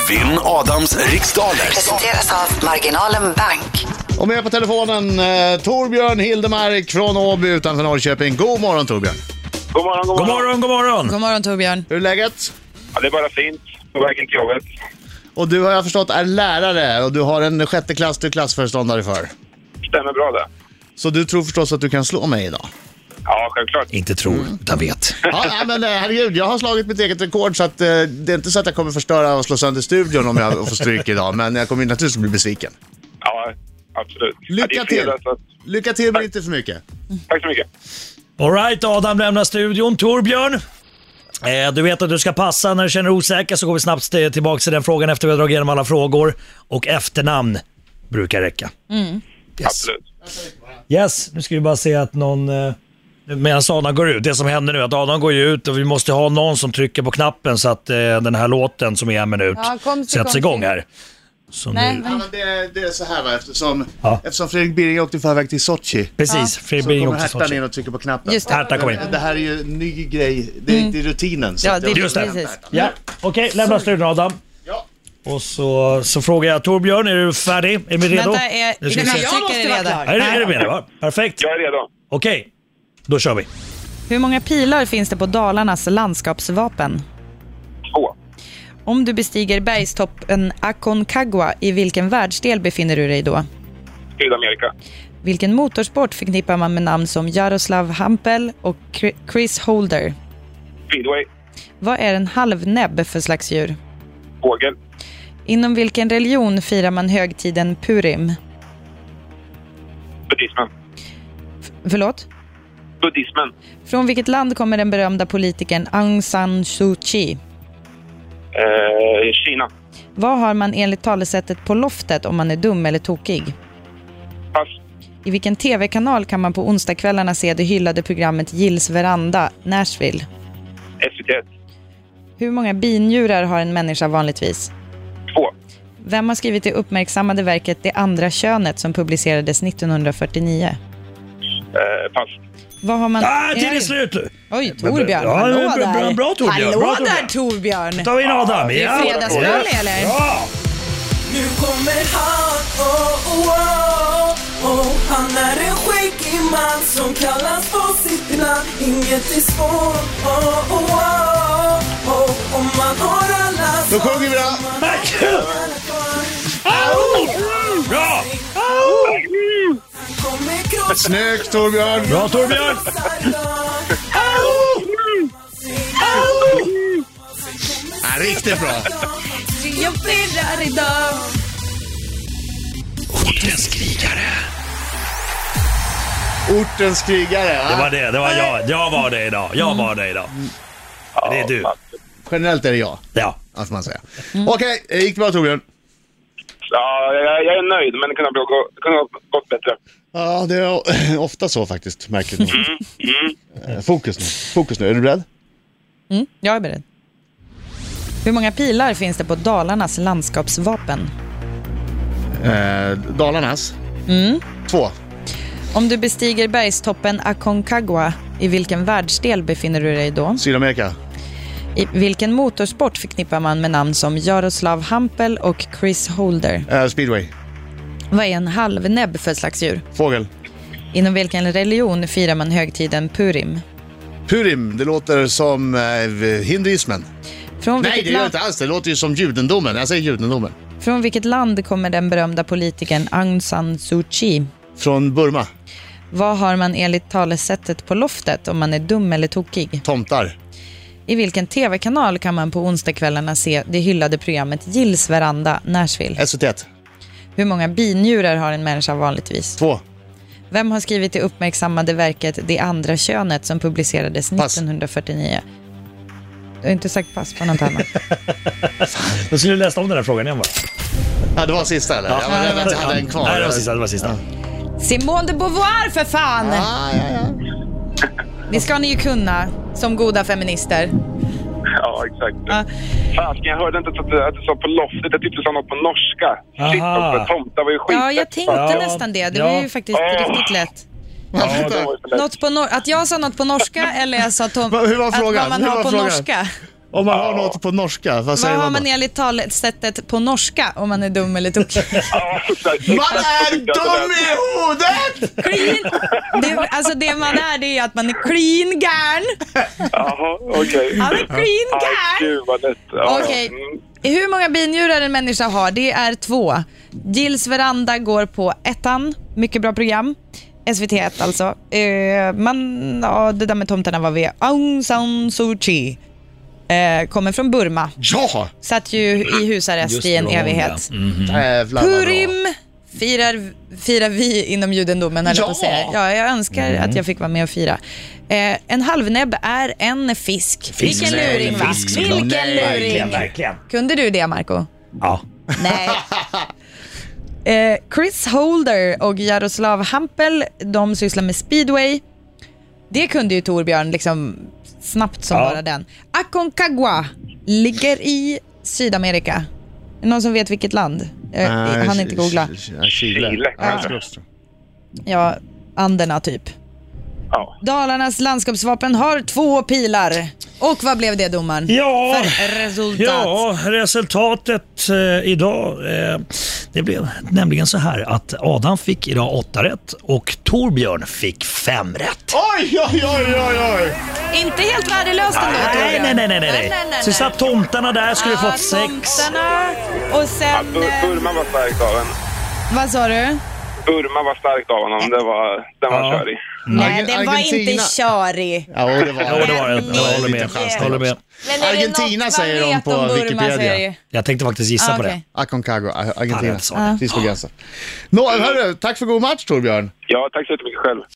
Vinn Adams riksdaler. Presenteras av Marginalen Bank. Och med på telefonen Torbjörn Hildemark från Åby utanför Norrköping. God morgon Torbjörn. God morgon, god morgon. God morgon. God morgon Torbjörn. Hur är läget? Ja, det är bara fint. På vägen till jobbet. Och du har jag förstått är lärare och du har en sjätte klass du är klassföreståndare för. Stämmer bra det. Så du tror förstås att du kan slå mig idag? Ja, självklart. Inte tror, utan vet. Ja, men herregud, jag har slagit mitt eget rekord så att det är inte så att jag kommer förstöra och slå sönder studion om jag får stryk idag. Men jag kommer naturligtvis bli besviken. Ja, absolut. Lycka till! Lycka till men inte för mycket. Tack så mycket. All right, Adam lämnar studion. Torbjörn, du vet att du ska passa när du känner osäker, så går vi snabbt tillbaka till den frågan efter vi har dragit igenom alla frågor. Och efternamn brukar räcka. Yes. Absolut. Yes, nu ska vi bara se att någon... Medan Adam går ut, det som händer nu att Adam går ju ut och vi måste ha någon som trycker på knappen så att den här låten som är en minut sätts igång här. Så Nej, nu... Ja, men det är så här va, Ja. eftersom Fredrik Birring åkte förväg till Sochi. Precis, Fredrik Så Birring kommer åkte till Hertan Sochi. in och trycker på knappen. Just det. Hertan kom in. Det här är ju en ny grej, det är inte rutinen. Så Ja, det är Just det. precis. Ja, okej, lämna studion Adam. Ja. Och så frågar jag Torbjörn, är du färdig? Är vi redo? Vänta, Nu ska vi se. jag tycker det redan. Är du med det, va? Perfekt. Jag är redo. Okej, då kör vi. Hur många pilar finns det på Dalarnas landskapsvapen? 2. Om du bestiger bergstoppen Aconcagua, i vilken världsdel befinner du dig då? Sydamerika. Vilken motorsport förknippar man med namn som Jaroslav Hampel och Chris Holder? Speedway. Vad är en halvnäbb för slags djur? Fågel. Inom vilken religion firar man högtiden Purim? Buddhismen. Förlåt? Buddhismen. Från vilket land kommer den berömda politikern Aung San Suu Kyi? Kina. Vad har man enligt talesättet på loftet om man är dum eller tokig? Pass. I vilken tv-kanal kan man på onsdagskvällarna se det hyllade programmet Gills Veranda, Nashville? SVT1. Hur många binjurar har en människa vanligtvis? 2. Vem har skrivit det uppmärksammade verket Det andra könet som publicerades 1949? Pass. Vad har man... Tiden är slut! Oj, Torbjörn, Ja, hallå bra, där. bra, Torbjörn. Hallå Bra, där, Torbjörn. Torbjörn. Tar vi in Adam. Det är fredagsrally, eller? Ja! Nu kommer han, han är en skäggig man som kallas på sitt namn. Inget är svårt, om man har alla. Då sjunger vi då. Bra! Snyggt Torbjörn. Bra Torbjörn! Ja, riktigt bra. Triumferar idag. Ortens krigare. Ortens krigare. Det var det var jag. Jag var det idag. Det är du. Generellt är det jag, Ja. att man säger. Okej, gick det bra Torbjörn? Ja, jag är nöjd, men det kunde ha gått bättre. Ja, det är ofta så faktiskt, märkligt nog. Fokus nu. Är du beredd? Jag är beredd. Hur många pilar finns det på Dalarnas landskapsvapen? Dalarnas? 2. Om du bestiger bergstoppen Aconcagua, i vilken världsdel befinner du dig då? Sydamerika? I vilken motorsport förknippar man med namn som Jaroslav Hampel och Chris Holder? Speedway? Vad är en halvnäbb för slags djur? Fågel? Inom vilken religion firar man högtiden Purim? Purim, det låter som hinduismen. Från Nej, vilket det gör land- inte alls. Det låter ju som judendomen. Jag säger judendomen. Från vilket land kommer den berömda politikern Aung San Suu Kyi? Från Burma? Vad har man enligt talesättet på loftet om man är dum eller tokig? Tomtar? I vilken tv-kanal kan man på onsdagskvällarna se det hyllade programmet Gills Veranda, Nashville? SVT1? Hur många binjurar har en människa vanligtvis? 2. Vem har skrivit det uppmärksammade verket Det andra könet som publicerades Pass. 1949? Du har inte sagt pass på något annat. Då skulle du läsa om den här frågan igen bara. Ja, det var sista eller? Jag var rädd att jag hade en kvar. Nej, det var sista. Simone de Beauvoir för fan! Ja. Det ska ni ju kunna som goda feminister. Ja, exakt. Ja. Fasken, jag hörde inte att du sa på loftet. Jag tyckte du sa något på norska. Shit, Aha. också, tomta var ju skit. Ja, jag tänkte Ja. nästan det. Det var ju faktiskt riktigt lätt. Ja, det var ju så lätt. Något på att jag sa något på norska eller jag sa Hur var frågan? att vad man Hur har var på frågan? norska. Om man har något på norska, vad säger Vad har man man då? enligt talesättet på norska om man är dum eller tokig? Ja, exakt. Man är dum i huvudet! Det man är, det är att man är clean garn. Jaha, okej. Han är clean garn. Gud vad lätt. Ja, Okej. mm. Hur många binjurar en människa har? Det är 2. Gills veranda går på 1:an. Mycket bra program. SVT1 alltså. Det där med tomtarna var vi. Aung San Suu Kyi. Kommer från Burma. Ja! Satt ju i husarrest i en evighet. Jävlar vad bra. Purim firar vi inom judendomen, höll jag på att säga. Ja, jag önskar att jag fick vara med och fira. En halvnäbb är en fisk. Vilken luring, va? Vilken luring. Verkligen. Kunde du det, Marco? Ja. Nej. Chris Holder och Jaroslav Hampel, de sysslar med speedway. Det kunde ju Torbjörn liksom snabbt som bara den. Aconcagua ligger i Sydamerika. Någon som vet vilket land? Han inte googla. Chile. Ja, Anderna typ. Ja. Dalarnas landskapsvapen har 2 pilar. Och vad blev det, domaren? Ja, För resultat. Resultatet idag, det blev nämligen så här att Adam fick idag 8 rätt och Torbjörn fick 5 rätt. Oj. Inte helt värdelöst ändå, Torbjörn. Nej. Så satt tomtarna där, skulle fått 6. Tomtarna. Och sen... Burma var starkt av en. Vad sa du? Burma var starkt av honom. Den var körig. Nej, den var Argentina. inte körig. Ja, det var Ja, det var det. Jag håller med. Men är det Argentina något säger man de vet på om Burma, Wikipedia. så är det- Jag tänkte faktiskt gissa på det. okej. Aconcagua, Argentina. Ja, rätt svar. Precis på gränsen. Hörru, tack för god match, Torbjörn. Ja, tack så jättemycket själv.